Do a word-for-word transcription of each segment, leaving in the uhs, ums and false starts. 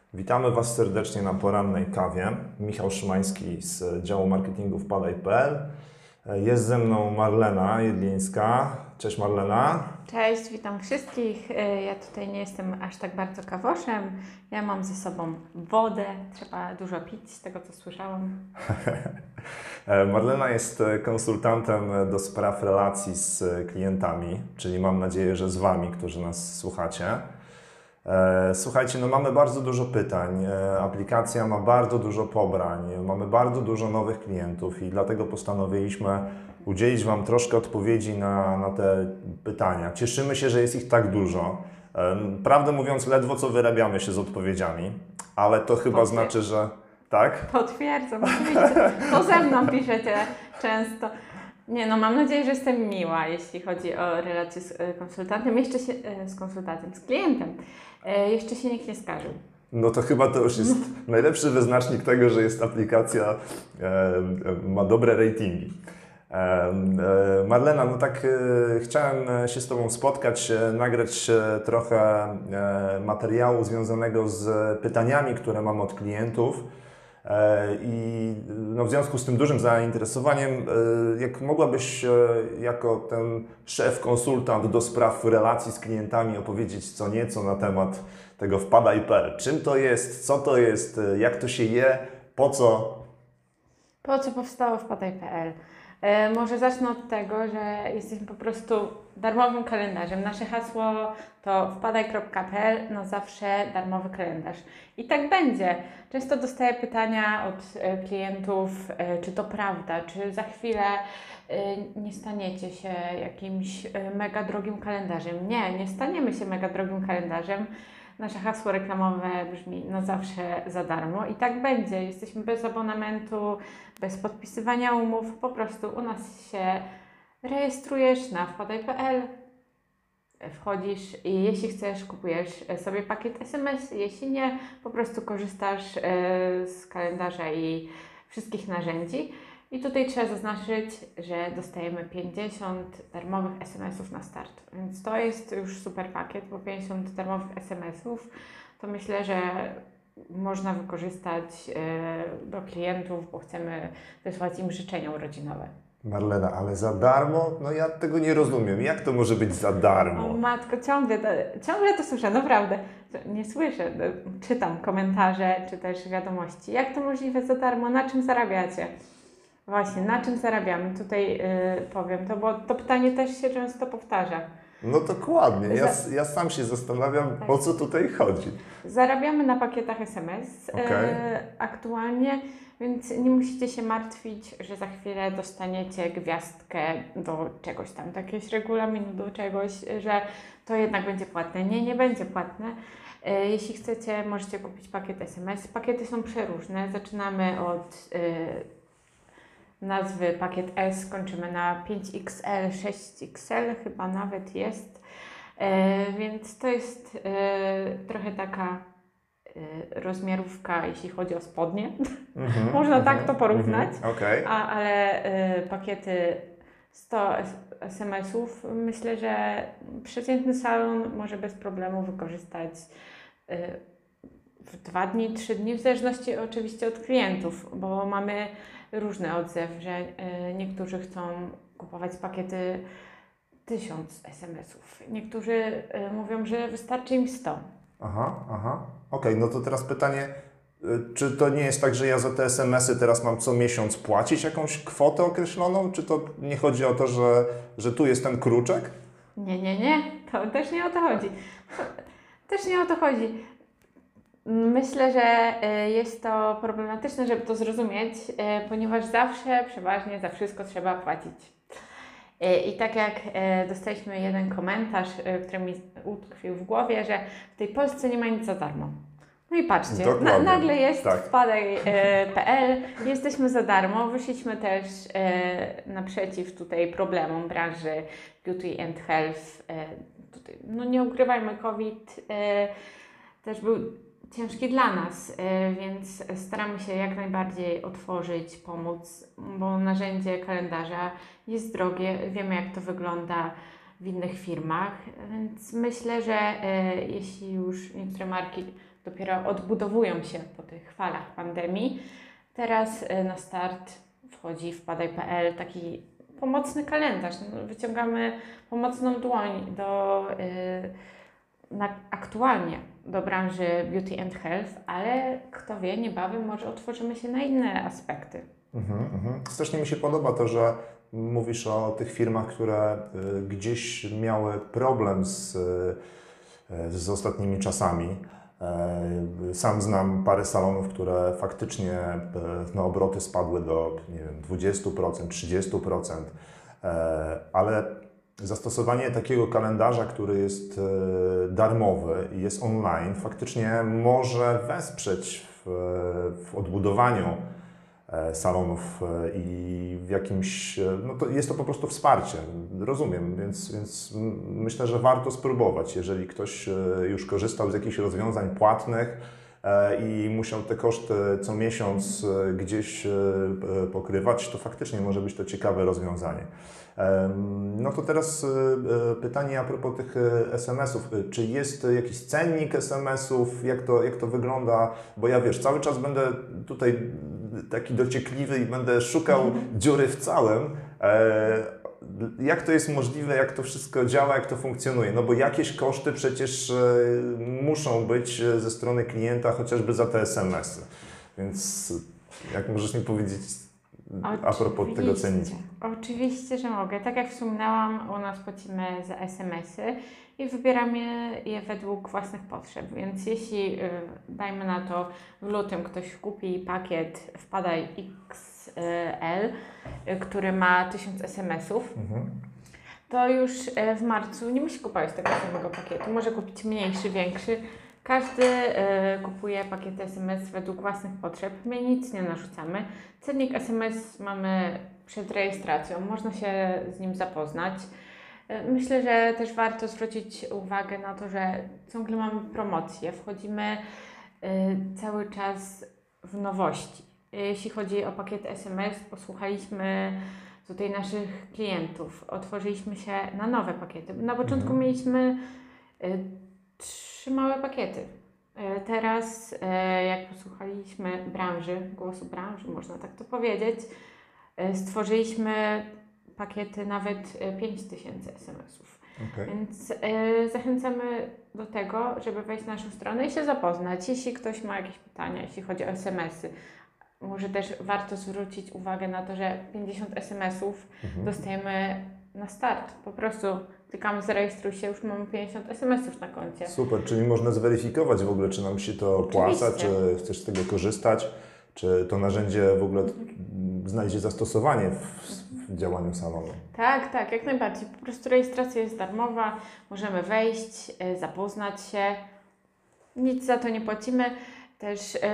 Witamy Was serdecznie na porannej kawie. Michał Szymański z działu marketingu wpadaj kropka p l. Jest ze mną Marlena Jedlińska. Cześć Marlena. Cześć, witam wszystkich. Ja tutaj nie jestem aż tak bardzo kawoszem. Ja mam ze sobą wodę. Trzeba dużo pić, z tego co słyszałam. Marlena jest konsultantem do spraw relacji z klientami, czyli mam nadzieję, że z Wami, którzy nas słuchacie. Słuchajcie, no mamy bardzo dużo pytań, aplikacja ma bardzo dużo pobrań, mamy bardzo dużo nowych klientów i dlatego postanowiliśmy udzielić Wam troszkę odpowiedzi na, na te pytania. Cieszymy się, że jest ich tak dużo. Prawdę mówiąc, ledwo co wyrabiamy się z odpowiedziami, ale to chyba znaczy, że tak? Potwierdzam, oczywiście. To ze mną piszecie często. Nie, no mam nadzieję, że jestem miła, jeśli chodzi o relacje z konsultantem, jeszcze się, z konsultantem, z klientem. Jeszcze się nikt nie skarżył. No to chyba to już jest najlepszy wyznacznik tego, że jest aplikacja, e, ma dobre ratingi. E, e, Marlena, no tak e, chciałem się z Tobą spotkać, e, nagrać e, trochę e, materiału związanego z pytaniami, które mam od klientów. I no, w związku z tym dużym zainteresowaniem, jak mogłabyś jako ten szef, konsultant do spraw relacji z klientami opowiedzieć co nieco na temat tego wpadaj kropka p l. Czym to jest, co to jest, jak to się je, po co? Po co powstało wpadaj kropka p l? E, może zacznę od tego, że jesteśmy po prostu darmowym kalendarzem. Nasze hasło to wpadaj kropka p l, no zawsze darmowy kalendarz. I tak będzie. Często dostaję pytania od e, klientów, e, czy to prawda, czy za chwilę e, nie staniecie się jakimś e, mega drogim kalendarzem. Nie, nie staniemy się mega drogim kalendarzem. Nasze hasło reklamowe brzmi no zawsze za darmo i tak będzie. Jesteśmy bez abonamentu, bez podpisywania umów. Po prostu u nas się rejestrujesz na wpadaj kropka p l, wchodzisz i jeśli chcesz, kupujesz sobie pakiet es em es, jeśli nie, po prostu korzystasz z kalendarza i wszystkich narzędzi. I tutaj trzeba zaznaczyć, że dostajemy pięćdziesiąt darmowych es em esów na start, więc to jest już super pakiet, bo pięćdziesiąt darmowych es em esów to myślę, że można wykorzystać do klientów, bo chcemy wysłać im życzenia urodzinowe. Marlena, ale za darmo? No ja tego nie rozumiem. Jak to może być za darmo? O matko, ciągle to, ciągle to słyszę, naprawdę. Nie słyszę, czytam komentarze, czy też wiadomości. Jak to możliwe za darmo? Na czym zarabiacie? Właśnie, na czym zarabiamy? Tutaj yy, powiem to, bo to pytanie też się często powtarza. No dokładnie, ja, Za... ja sam się zastanawiam, tak. O co tutaj chodzi. Zarabiamy na pakietach es em es okay. yy, aktualnie, więc nie musicie się martwić, że za chwilę dostaniecie gwiazdkę do czegoś tam, do jakiegoś regulaminu, do czegoś, że to jednak będzie płatne. Nie, nie będzie płatne. Yy, jeśli chcecie, możecie kupić pakiet es em es. Pakiety są przeróżne. Zaczynamy od yy, nazwy pakiet S, kończymy na pięć iks el, sześć iks el chyba nawet jest, e, więc to jest e, trochę taka e, rozmiarówka, jeśli chodzi o spodnie. Mm-hmm, Można mm-hmm, tak to porównać, mm-hmm, okay. A, ale e, pakiety sto es em esów myślę, że przeciętny salon może bez problemu wykorzystać e, w dwa dni, trzy dni, w zależności oczywiście od klientów, bo mamy różny odzew, że y, niektórzy chcą kupować pakiety tysiąc es em esów. Niektórzy y, mówią, że wystarczy im sto. Aha, aha. Okej, okay, no to teraz pytanie, y, czy to nie jest tak, że ja za te es em esy teraz mam co miesiąc płacić jakąś kwotę określoną? Czy to nie chodzi o to, że, że tu jest ten kruczek? Nie, nie, nie. To też nie o to chodzi. To, też nie o to chodzi. Myślę, że jest to problematyczne, żeby to zrozumieć, ponieważ zawsze, przeważnie za wszystko trzeba płacić. I tak jak dostaliśmy jeden komentarz, który mi utkwił w głowie, że w tej Polsce nie ma nic za darmo. No i patrzcie, na, nagle jest tak. wpadaj kropka p l, jesteśmy za darmo, wyszliśmy też naprzeciw tutaj problemom branży beauty and health. Tutaj, no nie ukrywajmy, COVID też był ciężki dla nas, więc staramy się jak najbardziej otworzyć, pomóc, bo narzędzie kalendarza jest drogie, wiemy jak to wygląda, w innych firmach, więc myślę, że e, jeśli już niektóre marki dopiero odbudowują się po tych falach pandemii, teraz e, na start wchodzi wpadaj kropka pe el taki pomocny kalendarz. No, wyciągamy pomocną dłoń do, e, na, aktualnie do branży beauty and health, ale kto wie, niebawem może otworzymy się na inne aspekty. Mhm, mhm. Strasznie mi się podoba to, że mówisz o tych firmach, które y, gdzieś miały problem z, y, z ostatnimi czasami. Y, sam znam parę salonów, które faktycznie y, no, obroty spadły do nie wiem, dwadzieścia procent, trzydzieści procent, y, ale zastosowanie takiego kalendarza, który jest y, darmowy i jest online, faktycznie może wesprzeć w, w odbudowaniu salonów i w jakimś, no to jest to po prostu wsparcie, rozumiem, więc, więc myślę, że warto spróbować, jeżeli ktoś już korzystał z jakichś rozwiązań płatnych i musiał te koszty co miesiąc gdzieś pokrywać, to faktycznie może być to ciekawe rozwiązanie. No to teraz pytanie a propos tych es em esów. Czy jest jakiś cennik es em esów? Jak to, jak to wygląda? Bo ja wiesz, cały czas będę tutaj taki dociekliwy i będę szukał dziury w całym. Jak to jest możliwe, jak to wszystko działa, jak to funkcjonuje? No bo jakieś koszty przecież muszą być ze strony klienta, chociażby za te es em esy. Więc jak możesz mi powiedzieć a propos tego cennika? Oczywiście, że mogę. Tak jak wspominałam, u nas płacimy za es em esy i wybieramy je według własnych potrzeb. Więc jeśli, dajmy na to, w lutym ktoś kupi pakiet Wpadaj iks el, który ma tysiąc es em esów, mhm. to już w marcu nie musi kupować tego samego pakietu. Może kupić mniejszy, większy. Każdy y, kupuje pakiety es em es według własnych potrzeb. My nic nie narzucamy. Cennik es em es mamy przed rejestracją. Można się z nim zapoznać. Y, myślę, że też warto zwrócić uwagę na to, że ciągle mamy promocje. Wchodzimy y, cały czas w nowości. Jeśli chodzi o pakiet es em es, posłuchaliśmy tutaj naszych klientów. Otworzyliśmy się na nowe pakiety. Na początku mhm. mieliśmy y, trzy małe pakiety. Teraz, jak posłuchaliśmy branży, głosu branży, można tak to powiedzieć, stworzyliśmy pakiety nawet pięć tysięcy es em esów. Okay. Więc zachęcamy do tego, żeby wejść na naszą stronę i się zapoznać. Jeśli ktoś ma jakieś pytania, jeśli chodzi o es em esy, może też warto zwrócić uwagę na to, że pięćdziesiąt es em esów mhm. dostajemy na start. Po prostu klikamy zarejestruj się, już mamy pięćdziesiąt es em esów na koncie. Super, czyli można zweryfikować w ogóle, czy nam się to opłaca, Oczywiście. czy chcesz z tego korzystać, czy to narzędzie w ogóle mhm. znajdzie zastosowanie w, w działaniu salonu. Tak, tak, jak najbardziej. Po prostu rejestracja jest darmowa, możemy wejść, zapoznać się, nic za to nie płacimy. Też yy,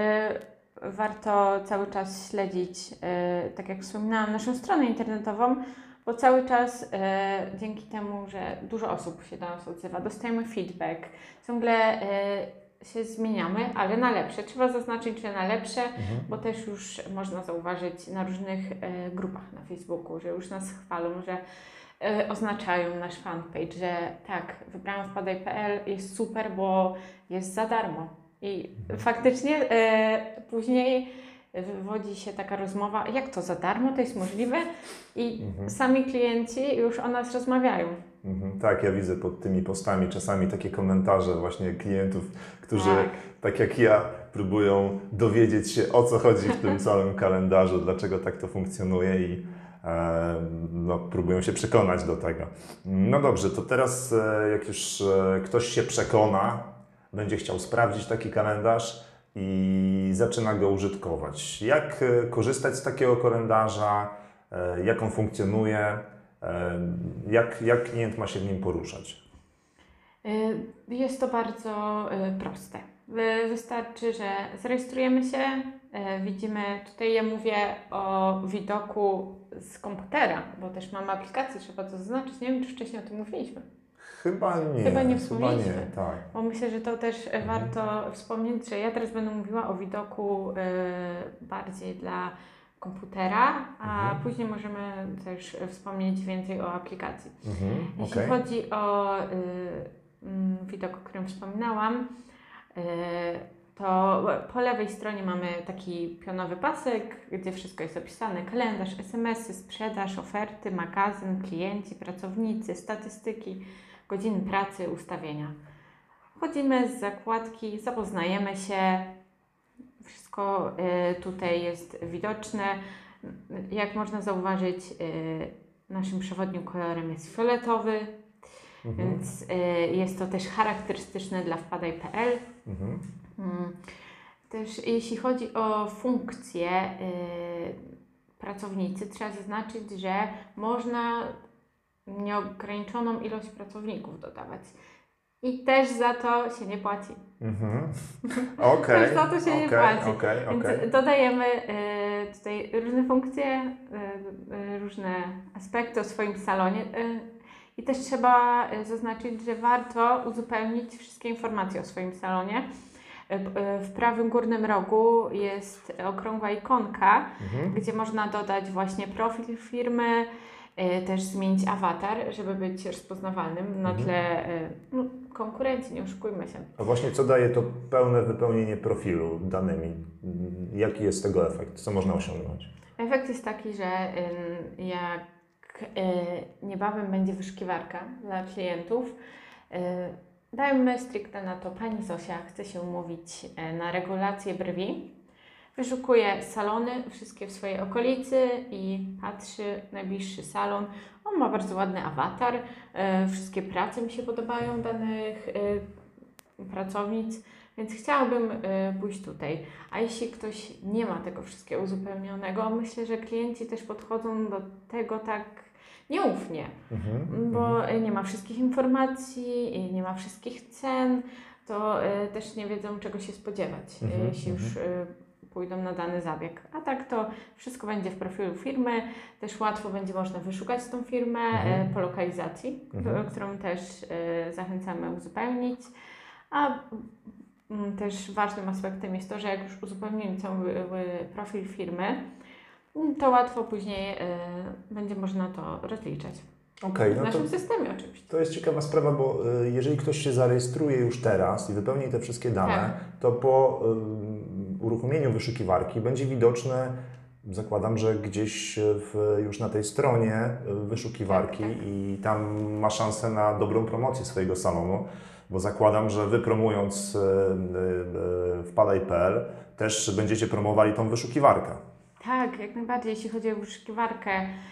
warto cały czas śledzić, yy, tak jak wspominałam, naszą stronę internetową, bo cały czas e, dzięki temu, że dużo osób się do nas odzywa, dostajemy feedback, ciągle e, się zmieniamy, ale na lepsze. Trzeba zaznaczyć, że na lepsze, mhm. bo też już można zauważyć na różnych e, grupach na Facebooku, że już nas chwalą, że e, oznaczają nasz fanpage, że tak, wybrałam wpadaj kropka pe el, jest super, bo jest za darmo. I mhm. faktycznie e, później wywodzi się taka rozmowa, jak to za darmo, to jest możliwe i mhm. sami klienci już o nas rozmawiają. Mhm. Tak, ja widzę pod tymi postami czasami takie komentarze właśnie klientów, którzy tak, tak jak ja próbują dowiedzieć się, o co chodzi w tym całym kalendarzu, dlaczego tak to funkcjonuje i e, no, próbują się przekonać do tego. No dobrze, to teraz e, jak już e, ktoś się przekona, będzie chciał sprawdzić taki kalendarz i zaczyna go użytkować. Jak korzystać z takiego kalendarza, jak on funkcjonuje, jak, jak klient ma się w nim poruszać? Jest to bardzo proste. Wystarczy, że zarejestrujemy się, widzimy, tutaj ja mówię o widoku z komputera, bo też mamy aplikację, trzeba to zaznaczyć. Nie wiem, czy wcześniej o tym mówiliśmy. Chyba nie. Chyba nie wspomnieliśmy. Chyba nie, tak. Bo myślę, że to też mhm. warto wspomnieć, że ja teraz będę mówiła o widoku y, bardziej dla komputera, a Mhm. później możemy też wspomnieć więcej o aplikacji. Mhm. Jeśli Okej. chodzi o y, mm, widok, o którym wspominałam, y, to po lewej stronie mamy taki pionowy pasek, gdzie wszystko jest opisane: kalendarz, es em esy, sprzedaż, oferty, magazyn, klienci, pracownicy, statystyki, godziny pracy, ustawienia. Wchodzimy z zakładki, zapoznajemy się, wszystko y, tutaj jest widoczne. Jak można zauważyć, y, naszym przewodnim kolorem jest fioletowy, Mhm. więc y, jest to też charakterystyczne dla wpadaj kropka pe el. Mhm. Mm. Też jeśli chodzi o funkcje y, pracownicy, trzeba zaznaczyć, że można nieograniczoną ilość pracowników dodawać. I też za to się nie płaci. Mhm. Okej. Też za to się nie okej, płaci. okej, Więc okej. dodajemy y, tutaj różne funkcje, y, y, różne aspekty o swoim salonie. Y, I też trzeba y, zaznaczyć, że warto uzupełnić wszystkie informacje o swoim salonie. Y, y, w prawym górnym rogu jest okrągła ikonka, Mhm. gdzie można dodać właśnie profil firmy, y, też zmienić awatar, żeby być rozpoznawalnym na Mhm. tle y, no, konkurencji, nie oszukujmy się. A właśnie co daje to pełne wypełnienie profilu danymi? Jaki jest tego efekt? Co można osiągnąć? Efekt jest taki, że y, jak y, niebawem będzie wyszukiwarka dla klientów, y, dajmy stricte na to: pani Zosia chce się umówić y, na regulację brwi, wyszukuje salony, wszystkie w swojej okolicy i patrzy najbliższy salon. On ma bardzo ładny awatar, y, wszystkie prace mi się podobają danych y, pracownic, więc chciałabym y, pójść tutaj. A jeśli ktoś nie ma tego wszystkiego uzupełnionego, myślę, że klienci też podchodzą do tego tak nieufnie, Mhm. bo mhm. nie ma wszystkich informacji, nie ma wszystkich cen, to y, też nie wiedzą, czego się spodziewać, Mhm. y, jeśli już y, pójdą na dany zabieg. A tak to wszystko będzie w profilu firmy, też łatwo będzie można wyszukać tą firmę Mhm. y, po lokalizacji, Mhm. k- którą też y, zachęcamy uzupełnić. A mm, też ważnym aspektem jest to, że jak już uzupełnimy cały y, profil firmy, to łatwo później y, będzie można to rozliczać. Okej, W no to, naszym systemie oczywiście. to jest ciekawa sprawa, bo y, jeżeli ktoś się zarejestruje już teraz i wypełni te wszystkie dane, Tak. to po y, uruchomieniu wyszukiwarki będzie widoczne, zakładam, że gdzieś w, już na tej stronie y, wyszukiwarki Tak, tak. i tam ma szansę na dobrą promocję swojego salonu, bo zakładam, że wy promując y, y, y, wpadaj kropka pe el też będziecie promowali tą wyszukiwarkę. Tak, jak najbardziej. Jeśli chodzi o wyszukiwarkę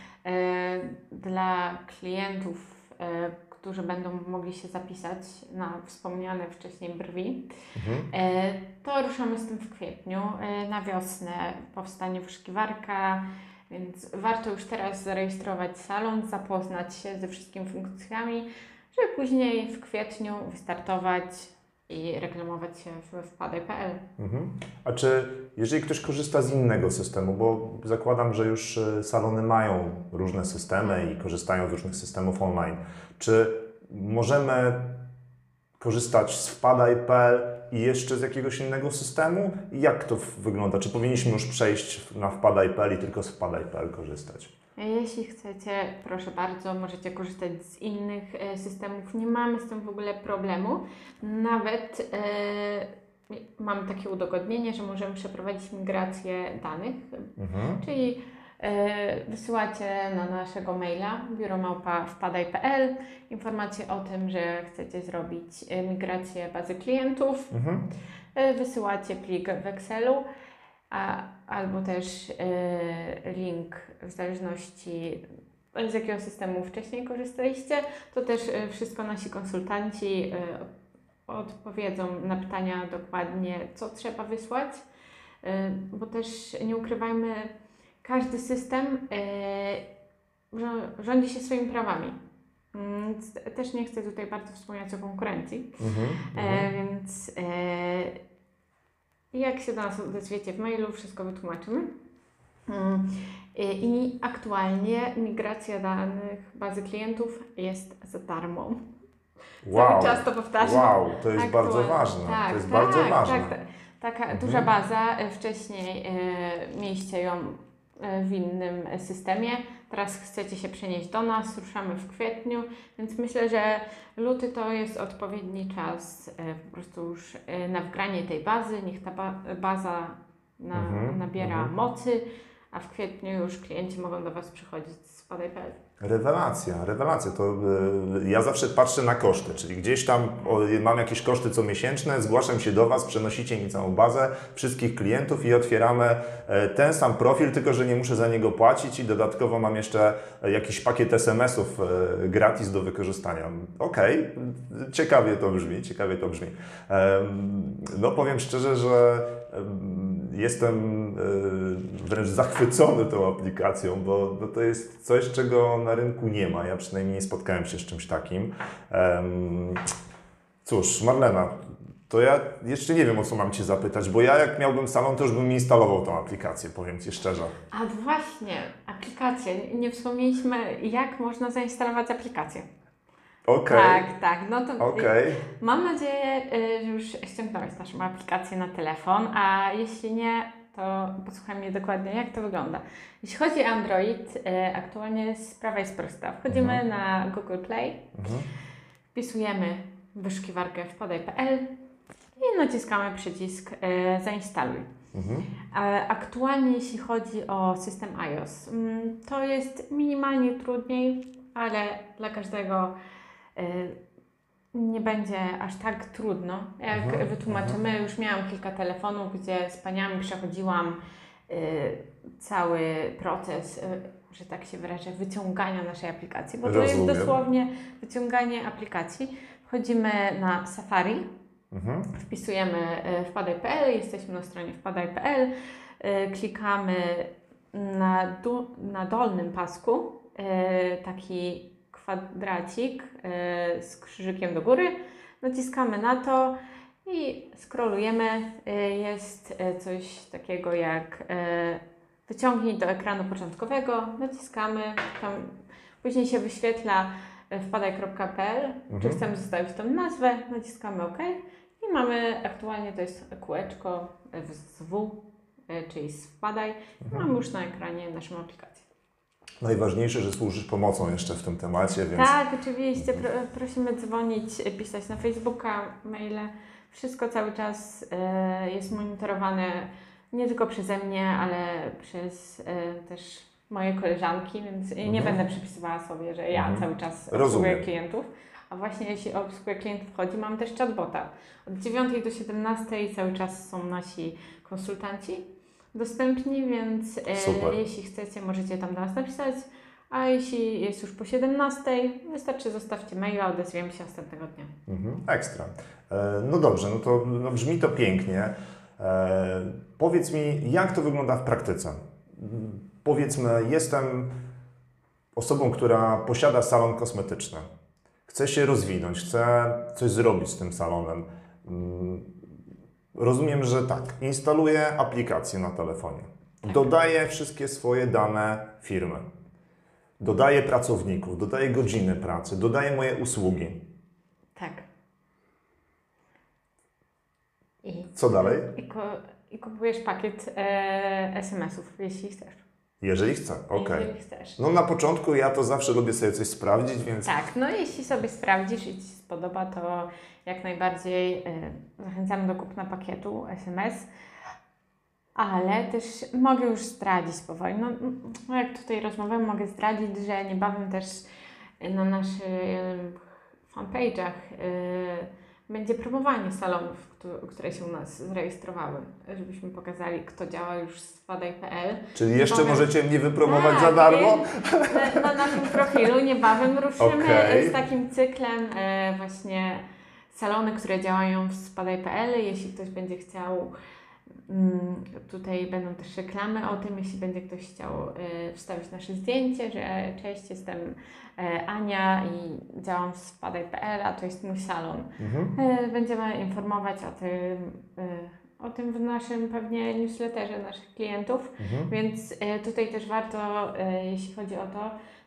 e, dla klientów, e, którzy będą mogli się zapisać na wspomniane wcześniej brwi, Mhm. e, to ruszamy z tym w kwietniu. E, na wiosnę powstanie wyszukiwarka, więc warto już teraz zarejestrować salon, zapoznać się ze wszystkimi funkcjami, żeby później w kwietniu wystartować i reklamować się w wpadaj kropka pe el. Mhm. A czy jeżeli ktoś korzysta z innego systemu, bo zakładam, że już y, salony mają różne systemy i korzystają z różnych systemów online, czy możemy korzystać z wpadaj kropka pe el i jeszcze z jakiegoś innego systemu? I jak to w- wygląda? Czy powinniśmy już przejść na wpadaj kropka pe el i tylko z wpadaj kropka pe el korzystać? Jeśli chcecie, proszę bardzo, możecie korzystać z innych e, systemów. Nie mamy z tym w ogóle problemu. Nawet e, mamy takie udogodnienie, że możemy przeprowadzić migrację danych, Mhm. czyli e, wysyłacie na naszego maila biuro małpa wpadaj kropka pe el informację o tym, że chcecie zrobić e, migrację bazy klientów. Mhm. E, wysyłacie plik w Excelu, a, albo też e, link w zależności z jakiego systemu wcześniej korzystaliście, to też e, wszystko nasi konsultanci e, odpowiedzą na pytania dokładnie, co trzeba wysłać, e, bo też nie ukrywajmy, każdy system e, rzo- rządzi się swoimi prawami. Mm, więc też nie chcę tutaj bardzo wspomnieć o konkurencji, Mhm. e, Mhm. więc e, jak się do nas odezwiecie w mailu, wszystko wytłumaczymy. Mm, I, I aktualnie migracja danych bazy klientów jest za darmo. Wow. Cały czas to powtarzam. Wow, to jest Aktualnie. bardzo ważne. Tak, to jest tak, bardzo ważne. Tak, tak. Taka Mhm. duża baza, e, wcześniej e, mieliście ją w innym systemie. Teraz chcecie się przenieść do nas, ruszamy w kwietniu, więc myślę, że luty to jest odpowiedni czas po prostu już na wgranie tej bazy. Niech ta ba baza na, mhm, nabiera mhm. mocy, a w kwietniu już klienci mogą do Was przychodzić z Spadaj kropka pe el. Rewelacja, rewelacja. To y, ja zawsze patrzę na koszty, czyli gdzieś tam o, mam jakieś koszty comiesięczne, zgłaszam się do Was, przenosicie mi całą bazę wszystkich klientów i otwieramy e, ten sam profil, tylko że nie muszę za niego płacić i dodatkowo mam jeszcze jakiś pakiet es em esów e, gratis do wykorzystania. Okej, okay. Ciekawie to brzmi, ciekawie to brzmi. E, no powiem szczerze, że jestem wręcz zachwycony tą aplikacją, bo to jest coś, czego na rynku nie ma. Ja przynajmniej nie spotkałem się z czymś takim. Cóż, Marlena, to ja jeszcze nie wiem, o co mam Cię zapytać, bo ja jak miałbym salon, to już bym instalował tą aplikację, powiem Ci szczerze. A właśnie, aplikację. Nie wspomnieliśmy, jak można zainstalować aplikację. Okay. Tak, tak. No to okay. Mam nadzieję, że już ściągnąłeś naszą aplikację na telefon, a jeśli nie, to posłuchaj mnie dokładnie, jak to wygląda. Jeśli chodzi o Android, aktualnie sprawa jest prosta. Wchodzimy mhm. na Google Play, mhm. wpisujemy w wyszukiwarkę wpadaj kropka pe el i naciskamy przycisk zainstaluj. Mhm. Aktualnie jeśli chodzi o system iOS, to jest minimalnie trudniej, ale dla każdego nie będzie aż tak trudno, jak mhm, wytłumaczymy. Mhm. Już miałam kilka telefonów, gdzie z paniami przechodziłam y, cały proces, y, że tak się wyrażę, wyciągania naszej aplikacji, bo Rozumiem. To jest dosłownie wyciąganie aplikacji. Wchodzimy na Safari, mhm. wpisujemy y, wpadaj kropka pe el, jesteśmy na stronie wpadaj kropka pe el, y, klikamy na, du, na dolnym pasku y, taki kwadracik y, z krzyżykiem do góry, naciskamy na to i scrollujemy. Y, jest y, coś takiego jak y, wyciągnij do ekranu początkowego, naciskamy, tam później się wyświetla y, wpadaj kropka pe el, mhm. czy chcemy zostawić tą nazwę, naciskamy OK i mamy aktualnie, to jest kółeczko z W, y, czyli z wpadaj, mhm. mamy już na ekranie naszą aplikację. Najważniejsze, że służysz pomocą jeszcze w tym temacie, więc... Tak, oczywiście. Pro, prosimy dzwonić, pisać na Facebooka, maile. Wszystko cały czas y, jest monitorowane nie tylko przeze mnie, ale przez y, też moje koleżanki, więc mhm. nie będę przypisywała sobie, że ja mhm. cały czas obsługuję klientów. A właśnie jeśli o obsługę klientów chodzi, mam też chatbota. Od dziewiątej do siedemnastej cały czas są nasi konsultanci dostępni, więc e, jeśli chcecie, możecie tam do nas napisać, a jeśli jest już po siedemnastej, wystarczy zostawcie maila, odezwiemy się następnego dnia. Mhm, ekstra. E, no dobrze, no to no brzmi to pięknie. E, powiedz mi, jak to wygląda w praktyce? Powiedzmy, jestem osobą, która posiada salon kosmetyczny. Chcę się rozwinąć, chcę coś zrobić z tym salonem. Rozumiem, że tak, instaluję aplikację na telefonie, tak. dodaję wszystkie swoje dane firmy, dodaję pracowników, dodaję godziny pracy, dodaję moje usługi. Tak. I, Co dalej? I, i kupujesz pakiet e, es em esów, jeśli chcesz. Jeżeli chcę, okej. Okay. Jeżeli chcesz. No na początku ja to zawsze lubię sobie coś sprawdzić, więc... Tak, no jeśli sobie sprawdzisz i Ci się spodoba, to jak najbardziej y, zachęcamy do kupna pakietu es em es, ale też mogę już zdradzić powoli. No, no jak tutaj rozmawiam, mogę zdradzić, że niebawem też na naszych fanpage'ach y, będzie promowanie salonów, które się u nas zarejestrowały, żebyśmy pokazali, kto działa już z wpadaj kropka pe el. Czyli jeszcze Powiem, możecie mnie wypromować tak, za darmo? Na, na naszym profilu niebawem ruszymy okay. z takim cyklem e, właśnie salony, które działają w wpadaj kropka pe el. Jeśli ktoś będzie chciał, mm, tutaj będą też reklamy o tym, jeśli będzie ktoś chciał e, wstawić nasze zdjęcie, że cześć, jestem e, Ania i działam w wpadaj kropka pe el, a to jest mój salon. Mhm. E, będziemy informować o tym, e, o tym w naszym pewnie newsletterze naszych klientów, mhm. więc e, tutaj też warto, e, jeśli chodzi o to,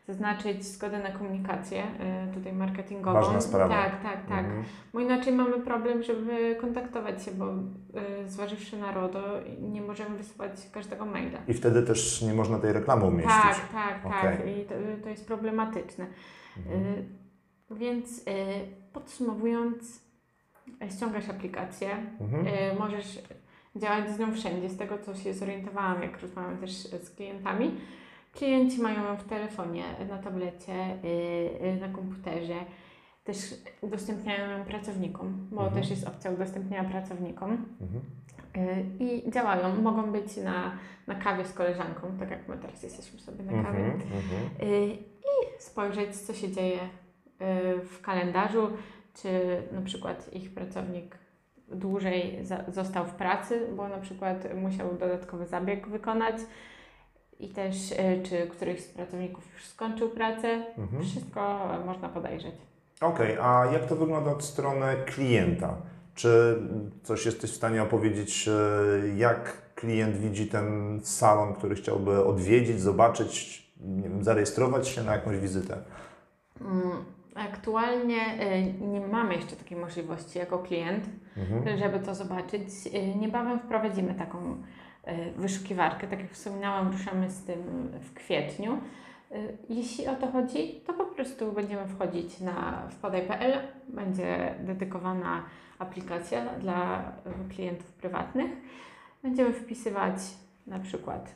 zaznaczyć zgodę na komunikację y, tutaj marketingową. Ważna sprawa. Tak, tak, tak. Mhm. Bo inaczej mamy problem, żeby kontaktować się, bo y, zważywszy na RODO nie możemy wysyłać każdego maila. I wtedy też nie można tej reklamy umieścić. Tak, tak, okay. tak. I to, to jest problematyczne. Mhm. Y, więc y, podsumowując, ściągasz aplikację, mhm. y, możesz działać z nią wszędzie. Z tego, co się zorientowałam, jak rozmawiam też z klientami, klienci mają ją w telefonie, na tablecie, y, na komputerze. Też udostępniają ją pracownikom, bo mhm. też jest opcja udostępniania pracownikom. Mhm. Y, I działają. Mogą być na, na kawie z koleżanką, tak jak my teraz jesteśmy sobie na kawie. Mhm. Y, I spojrzeć, co się dzieje y, w kalendarzu, czy na przykład ich pracownik dłużej za, został w pracy, bo na przykład musiał dodatkowy zabieg wykonać i też y, czy któryś z pracowników już skończył pracę. Mhm. Wszystko można podejrzeć. Okej, okay, a jak to wygląda od strony klienta? Czy coś jesteś w stanie opowiedzieć, jak klient widzi ten salon, który chciałby odwiedzić, zobaczyć, nie wiem, zarejestrować się na jakąś wizytę? Mm. Aktualnie nie mamy jeszcze takiej możliwości jako klient, mhm. żeby to zobaczyć. Niebawem wprowadzimy taką wyszukiwarkę, tak jak wspominałam, ruszamy z tym w kwietniu. Jeśli o to chodzi, to po prostu będziemy wchodzić na wpadaj kropka pe el, będzie dedykowana aplikacja dla klientów prywatnych. Będziemy wpisywać na przykład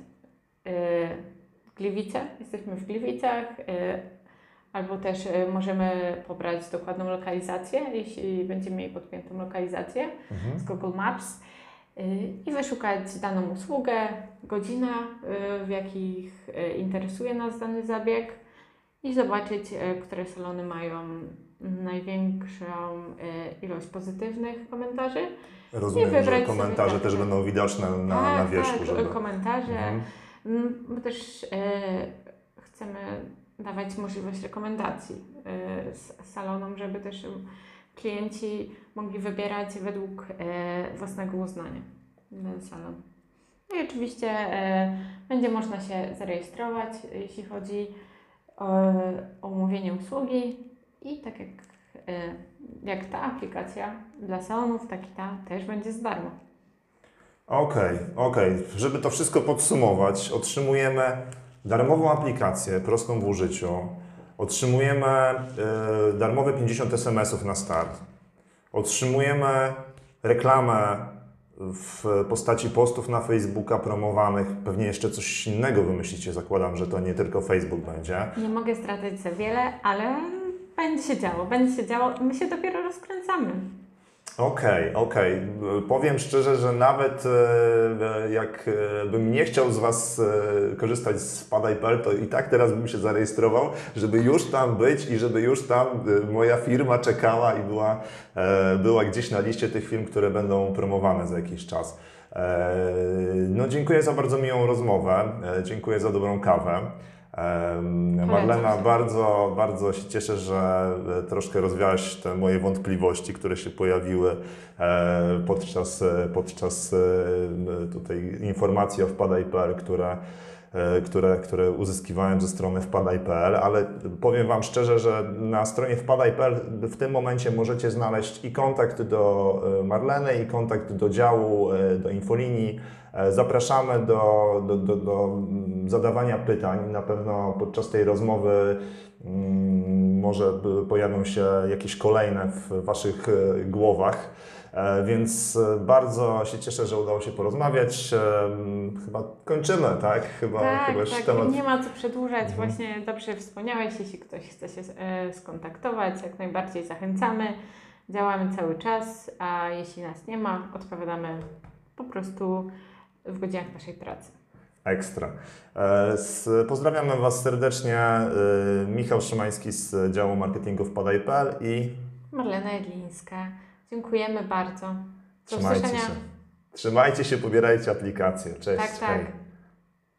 Gliwice, jesteśmy w Gliwicach, albo też możemy pobrać dokładną lokalizację, jeśli będziemy mieli podpiętą lokalizację mhm. z Google Maps i wyszukać daną usługę, godzinę, w jakich interesuje nas dany zabieg i zobaczyć, które salony mają największą ilość pozytywnych komentarzy. Rozumiem, I że komentarze też będą widoczne na, tak, na wierzchu. Tak, żeby... komentarze. Mhm. Bo też chcemy dawać możliwość rekomendacji y, salonom, żeby też klienci mogli wybierać według y, własnego uznania ten salon. No i oczywiście y, będzie można się zarejestrować, jeśli chodzi o, o umówienie usługi i tak jak, y, jak ta aplikacja dla salonów, tak i ta też będzie za darmo. Okej, okay, okej. Okay. Żeby to wszystko podsumować, otrzymujemy darmową aplikację, prostą w użyciu. Otrzymujemy y, darmowe pięćdziesiąt es em esów na start. Otrzymujemy reklamę w postaci postów na Facebooka promowanych. Pewnie jeszcze coś innego wymyślicie, zakładam, że to nie tylko Facebook będzie. Nie mogę zdradzać za wiele, ale będzie się działo, będzie się działo. My się dopiero rozkręcamy. Okej, okay, okej. Okay. Powiem szczerze, że nawet e, jak bym nie chciał z Was e, korzystać z wpadaj kropka pe el, to i tak teraz bym się zarejestrował, żeby już tam być i żeby już tam e, moja firma czekała i była, e, była gdzieś na liście tych firm, które będą promowane za jakiś czas. E, no dziękuję za bardzo miłą rozmowę, e, dziękuję za dobrą kawę. Marlena, bardzo, bardzo się cieszę, że troszkę rozwiałaś te moje wątpliwości, które się pojawiły podczas, podczas tutaj informacji o wpadaj kropka pe el, które, które, które uzyskiwałem ze strony wpadaj kropka pe el, ale powiem Wam szczerze, że na stronie wpadaj kropka pe el w tym momencie możecie znaleźć i kontakt do Marleny, i kontakt do działu, do infolinii. Zapraszamy do, do, do, do zadawania pytań. Na pewno podczas tej rozmowy um, może pojawią się jakieś kolejne w Waszych głowach. E, więc bardzo się cieszę, że udało się porozmawiać. E, chyba kończymy, tak? Chyba, tak, chyba tak. temat... Nie ma co przedłużać. Mhm. Właśnie dobrze wspomniałeś, jeśli ktoś chce się e, skontaktować, jak najbardziej zachęcamy. Działamy cały czas, a jeśli nas nie ma, odpowiadamy po prostu w godzinach naszej pracy. Ekstra. Pozdrawiamy Was serdecznie. Michał Szymański z działu marketingu wpadaj kropka pe el i Marlena Jedlińska. Dziękujemy bardzo. Do Trzymajcie usłyszenia. się. Trzymajcie się, pobierajcie aplikację. Cześć. Tak, tak. Hej.